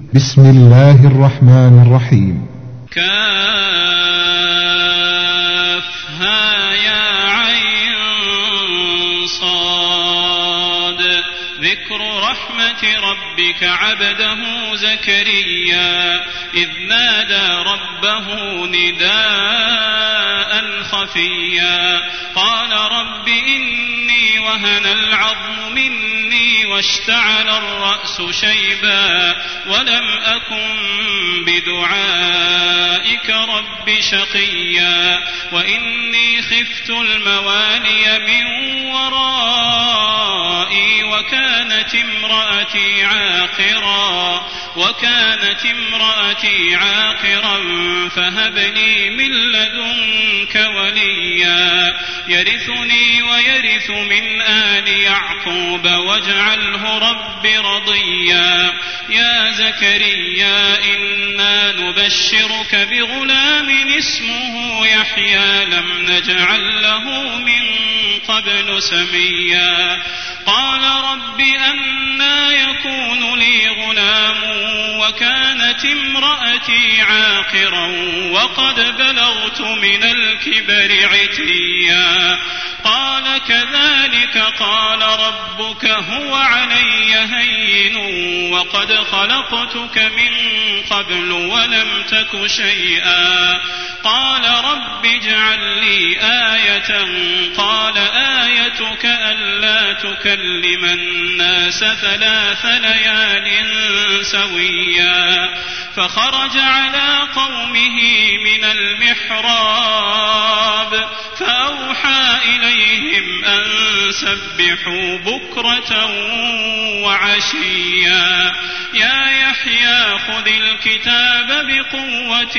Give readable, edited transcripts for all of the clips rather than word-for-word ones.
بسم الله الرحمن الرحيم. كافها يا عين صاد. ذكر رحمة ربك عبده زكريا إذ نادى ربه نداء خفيا قال رب إني وهن العظم مني واشتعل الرأس شيبا ولم أكن بدعائك رب شقيا وإني خفت الموالي من ورائي وكانت امرأتي عاقرا فهب لي من لدنك وليا يرثني ويرث من آل يعقوب واجعله رب رضيا. يا زكريا إنا نبشرك بغلام اسمه يحيى لم نجعل له من قبل سميا. قال رب أنى يكون لي غلام وكانت امرأتي عاقرا وقد بلغت من الكبر عتيا. قال كذلك قال ربك هو علي هين وقد خلقتك من قبل ولم تك شيئا. قال رب اجعل لي آية قال آيتك ألا تكلم الناس 3 ليال سويا. فخرج على قومه من المحراب فأوحى إليهم أن سبحوا بكرة وعشيا. يا يحيى خذ الكتاب بقوة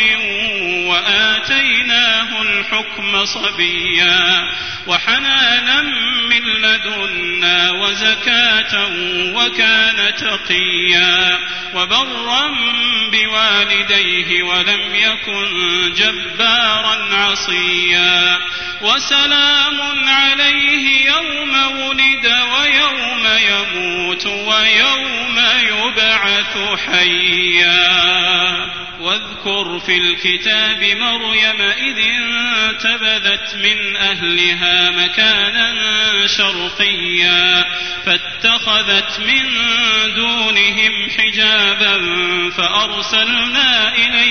وآتيناه الحكم صبيا وحنانا من لدنا وزكاة وكان تقيا وبرا بوالديه ولم يكن جبارا عصيا. وسلام عليه يوم ولد ويوم يموت ويوم يبعث حيا. واذكر في الكتاب مريم إذ انتبذت من أهلها مكانا شرقيا فاتخذت من دونهم حجابا فأرسلنا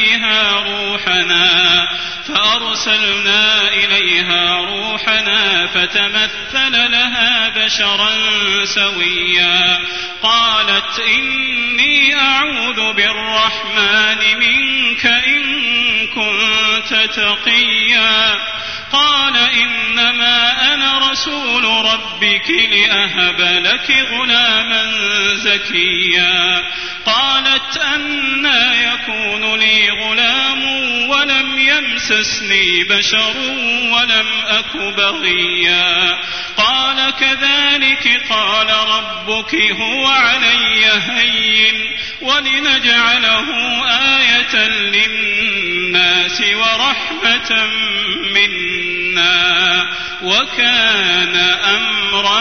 إليها روحنا فتمثل لها بشرا سويا. قالت إني أعوذ بالرحمن منك إن كنت تقيا. قال إنما أنا رسول ربك لأهب لك غلاما زكيا. قالت أنى يكون لي غلام ولم يمسسني بشر ولم أك بغيا. قال كذلك قال ربك هو علي هين ولنجعله آية للناس ورحمة منا وكان أمرا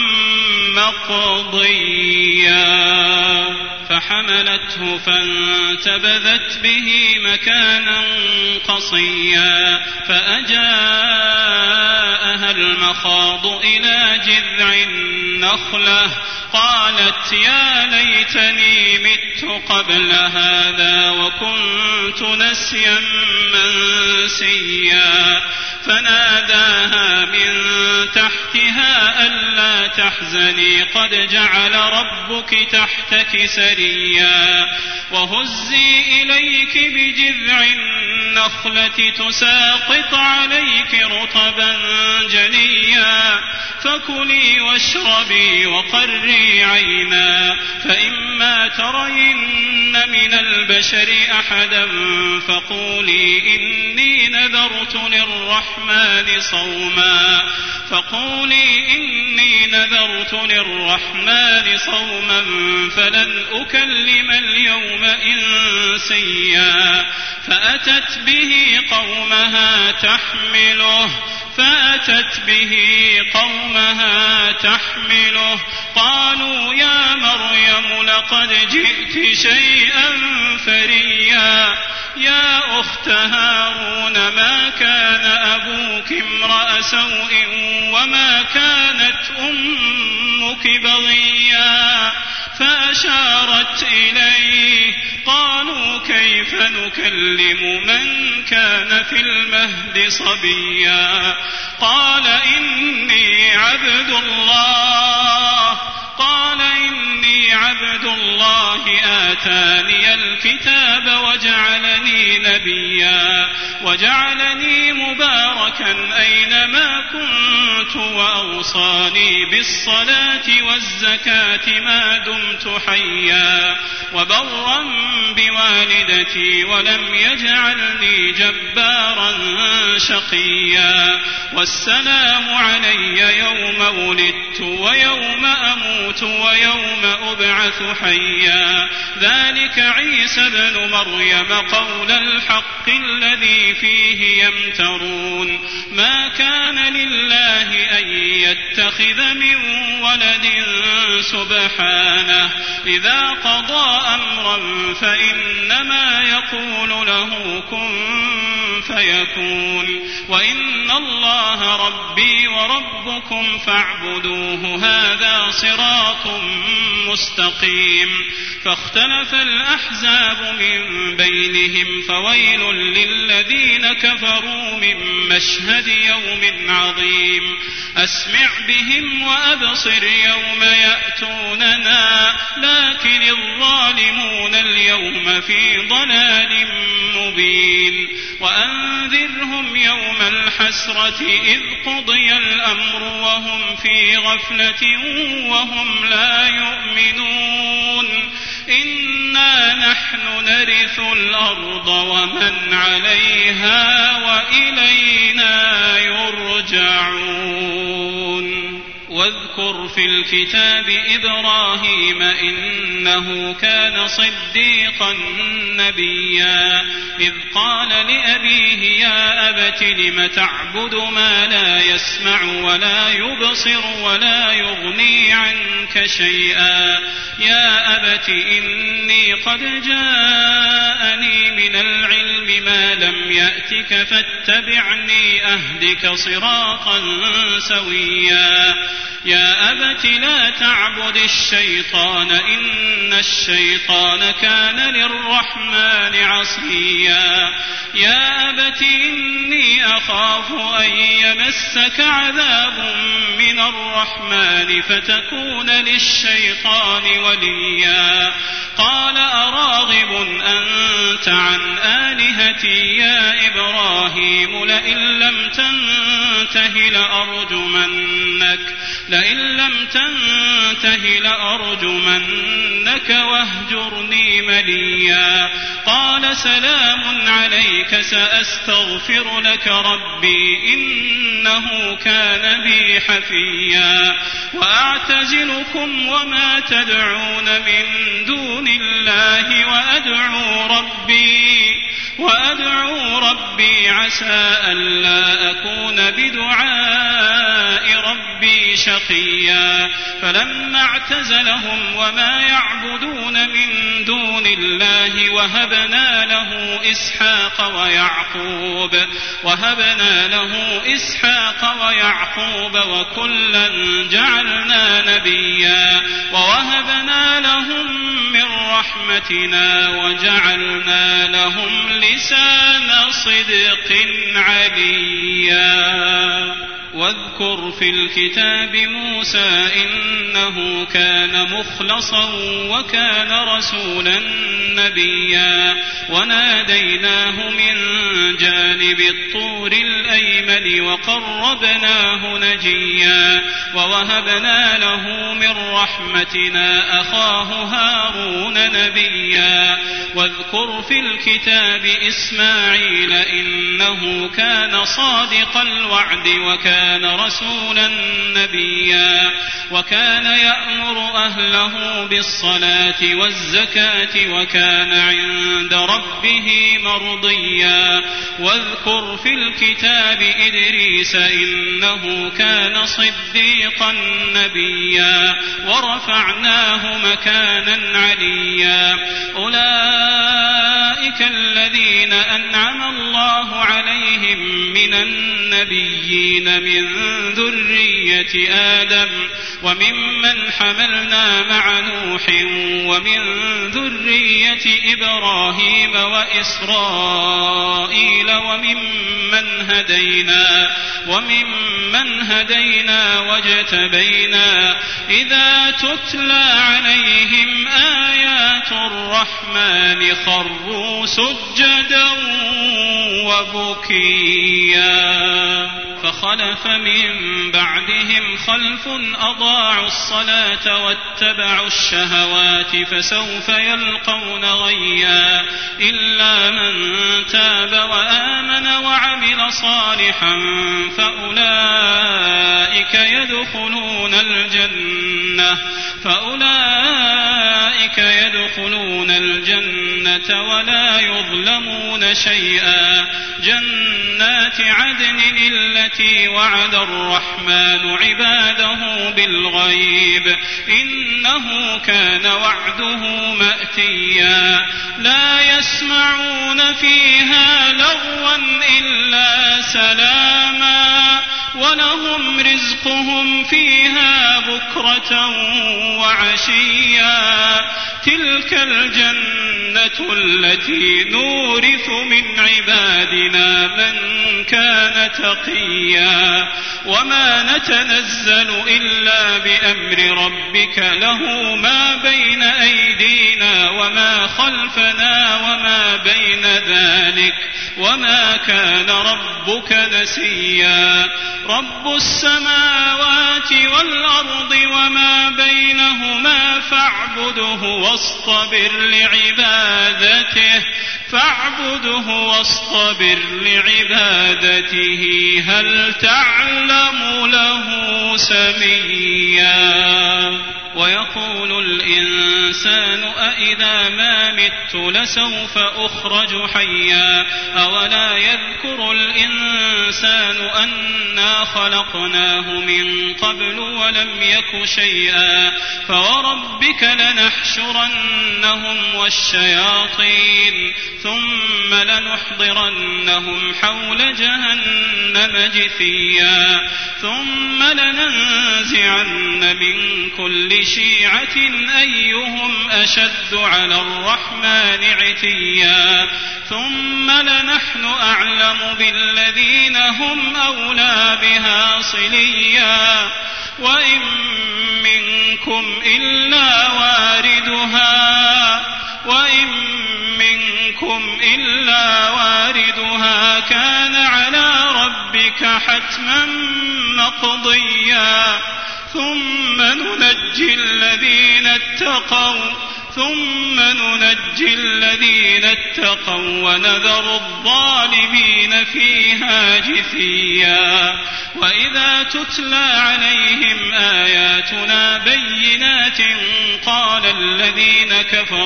مقضيا. فحملته فانتبذت به مكانا قصيا فأجاءها المخاض إلى جذع النخلة قالت يا ليتني مت قبل هذا وكنت نسيا منسيا. فناداها من تحتها ألا تحزني قد جعل ربك تحتك سريا. وهزي إليك بجذع النخلة تساقط عليك رطبا جنيا. فكلي واشربي وقري عينا فإما ترين من البشر أحدا فقولي إني نذرت للرحمن صوما فلن أكلم اليوم إنسيا. فأتت به قومها تحمله فأتت به قومها تحمله قالوا يا مريم لقد جئت شيئا فريا يا أخت هارون ما كان أبوك امرأ سوء وما كانت أمك بغيا فأشارت إليه قالوا كيف نكلم من كان في المهد صبيا قال إني عبد الله آتاني الكتاب وجعلني نبيا وجعلني مباركا أينما كنت وأوصاني بالصلاة والزكاة ما دمت حيا وبرا بوالدتي ولم يجعلني جبارا شقيا والسلام علي يوم ولدت ويوم أموت ويوم أبعث حيا ذلك عيسى بن مريم قول الحق الذي فيه يمترون ما كان لله أن يتخذ من ولد سبحانه إذا قضى أمرا فإنما يقول له كن فيكون وإن الله ربي وربكم فاعبدوه هذا صراط مستقيم فاختلف الأحزاب من بينهم فويل للذين كفروا من مشهد يوم عظيم أسمع بهم وأبصر يوم يأتوننا لكن الظالمون اليوم في ضلال مبين وأنذرهم يوم الحسرة إذ قضي الأمر وهم في غفلة وهم لا يؤمنون إنا نحن نرث الأرض ومن عليها وإلينا يرجعون واذكر في الكتاب إبراهيم إنه كان صديقا نبيا إذ قال لأبيه يا أبت لم تعبد ما لا يسمع ولا يبصر ولا يغني عنك شيئا يا أبت إني قد جاءني من العلم ما لم يأتك فاتبعني أهدك صراطا سويا يا أبت لا تعبد الشيطان إن الشيطان كان للرحمن عصيا يا أبت إني أخاف أن يمسك عذاب من الرحمن فتكون للشيطان وليا قال أراغب أنت عن آلهتي يا إبراهيم لئن لم تنته لأرجمنك واهجرني مليا قال سلام عليك سأستغفر لك ربي إنه كان بي حفيا وأعتزلكم وما تدعون من دون الله وأدعو ربي عسى ألا أكون بدعاء ربي شقيا فلما اعتزلهم وما يعبدون من دون الله وهبنا له إسحاق ويعقوب وكلا جعلنا نبيا ووهبنا لهم من رحمتنا وجعلنا لهم لسان صدق عليا واذكر في الكتاب موسى إنه كان مخلصا وكان رسولا نبيا وناديناه من جانب الطور الأيمن وقربناه نجيا ووهبنا له من رحمتنا أخاه هارون نبيا واذكر في الكتاب إسماعيل إنه كان صادق الوعد وكان رسولا نبيا وكان يأمر أهله بالصلاة والزكاة وكان عند ربه مرضيا واذكر في الكتاب إدريس إنه كان صديقا نبيا ورفعناه مكانا عليا أولئك الذين أنعم الله عليهم من النبيين من ذرية آدم وممن حملنا مع نوح ومن ذرية إبراهيم وإسرائيل وممن هدينا واجتبينا إذا تتلى عليهم آيات الرحمن خروا سجدا وبكيا فخلف من بعدهم خلف أضاعوا الصلاة واتبعوا الشهوات فسوف يلقون غيا إلا من تاب وآمن وعمل صالحا فأولئك يدخلون الجنة ولا يظلمون شيئا جنات عدن التي وعد الرحمن عباده بالغيب إنه كان وعده مأتيا لا يسمعون فيها لغوا إلا سلاما ولهم رزقهم فيها بكرة وعشيا تلك الجنة التي نورث من عبادنا من كان تقيا وما نتنزل إلا بأمر ربك له ما بين أيدينا وما خلفنا وما بين ذلك وما كان ربك نسيا رب السماوات والأرض وما بينهما فاعبده واصطبر لعبادته هل تعلم له سميا ويقول الإنسان أإذا ما مت لسوف أخرج حيا أولا يذكر الإنسان أنا خلقناه من قبل ولم يك شيئا فوربك لنحشرنهم والشياطين ثم لنحضرنهم حول جهنم جثيا ثم لننزعن من كل شيعة أيهم أشد على الرحمن عتيا ثم لنحن أعلم بالذين هم أولى بها صليا وإن منكم إلا واردها كان على ربك حتما مقضيا ثم ننجي الذين اتقوا ونذر الظالمين فيها جثيا وإذا تتلى عليهم آياتنا بينات قال الذين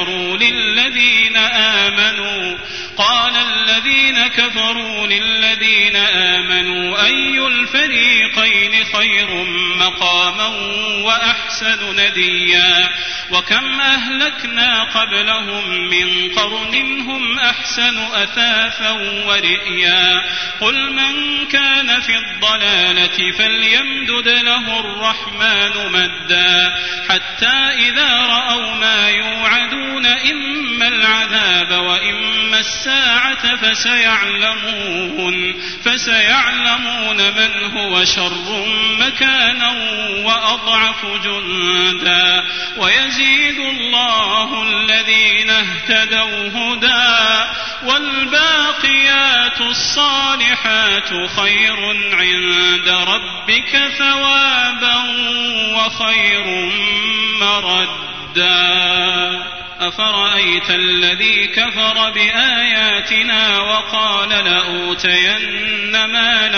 كفروا للذين آمنوا أي الفريقين خير مقاما وأحسن نديا وكم أهلكنا قبلهم من قرن هم أحسن أثاثا ورئيا قل من كان في الضلالة فليمدد له الرحمن مدا حتى إذا رأوا ما يوعدون إما العذاب وإما الساعة فسيعلمون من هو شر مكانا وأضعف جندا ويزيد الله الذين اهتدوا هدى والباقيات الصالحات خير عند ربك ثوابا وخير مردا أفرأيت الذي كفر بآياتنا وقال لأوتين مالا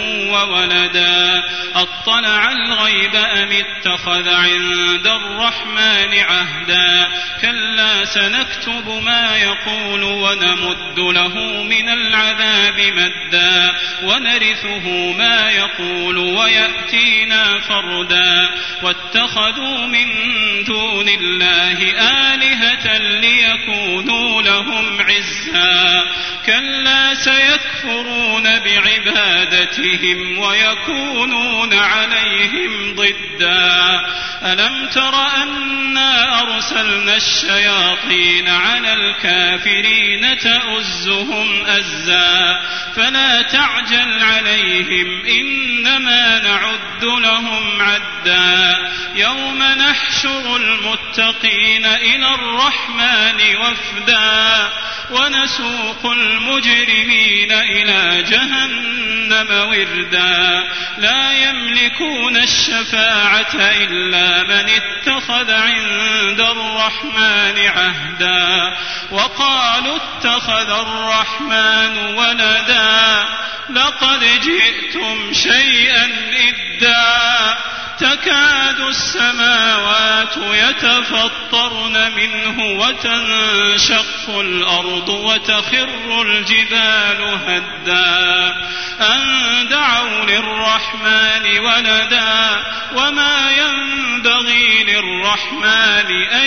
وولدا أطلع الغيب أم اتخذ عند الرحمن عهدا كلا سنكتب ما يقول ونمد له من العذاب مدا ونرثه ما يقول ويأتينا فردا واتخذوا من دون الله آلهة ليكونوا لهم عزا كلا سيكفرون بعبادتهم ويكونون عليهم ضدا ألم تر أنا أرسلنا الشياطين على الكافرين تؤزهم أزا فلا تعجل عليهم إنما نعد لهم عدا يوم نحشر المتقين إلى الرحمن وفدا ونسوق المجرمين إلى جهنم وردا لا يملكون الشفاعة إلا من اتخذ عند الرحمن عهدا وقالوا اتخذ الرحمن ولدا لقد جئتم شيئا إدا تكاد السماوات يتفطرن منه وتنشق الأرض وتخر الجبال هدا أن دعوا للرحمن ولدا وما ينبغي للرحمن أن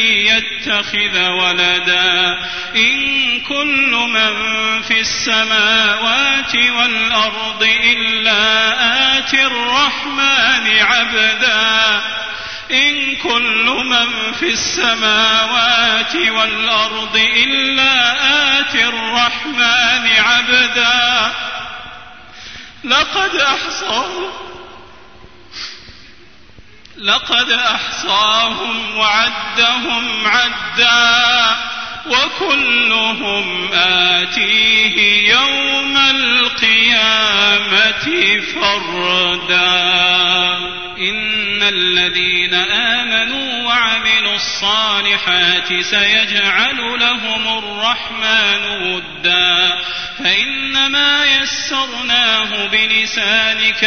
يتخذ ولدا إن كل من في السماوات والأرض إلا آتي الرحمن عبدا إن كل من في السماوات والأرض إلا آتي الرحمن عبدا لقد أحصاهم وعدهم عدا وكلهم آتيه يوم القيامة فردا إن الذين آمنوا وعملوا الصالحات سيجعل لهم الرحمن ودا فإنما يسرناه بلسانك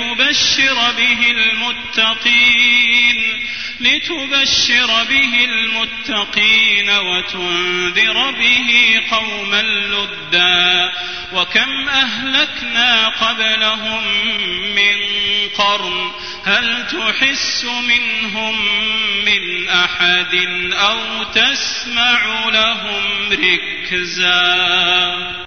لتبشر به المتقين وتنذر به قوما لدا وكم أهلكنا قبلهم من قرن هل تحس منهم من أحد أو تسمع لهم ركزا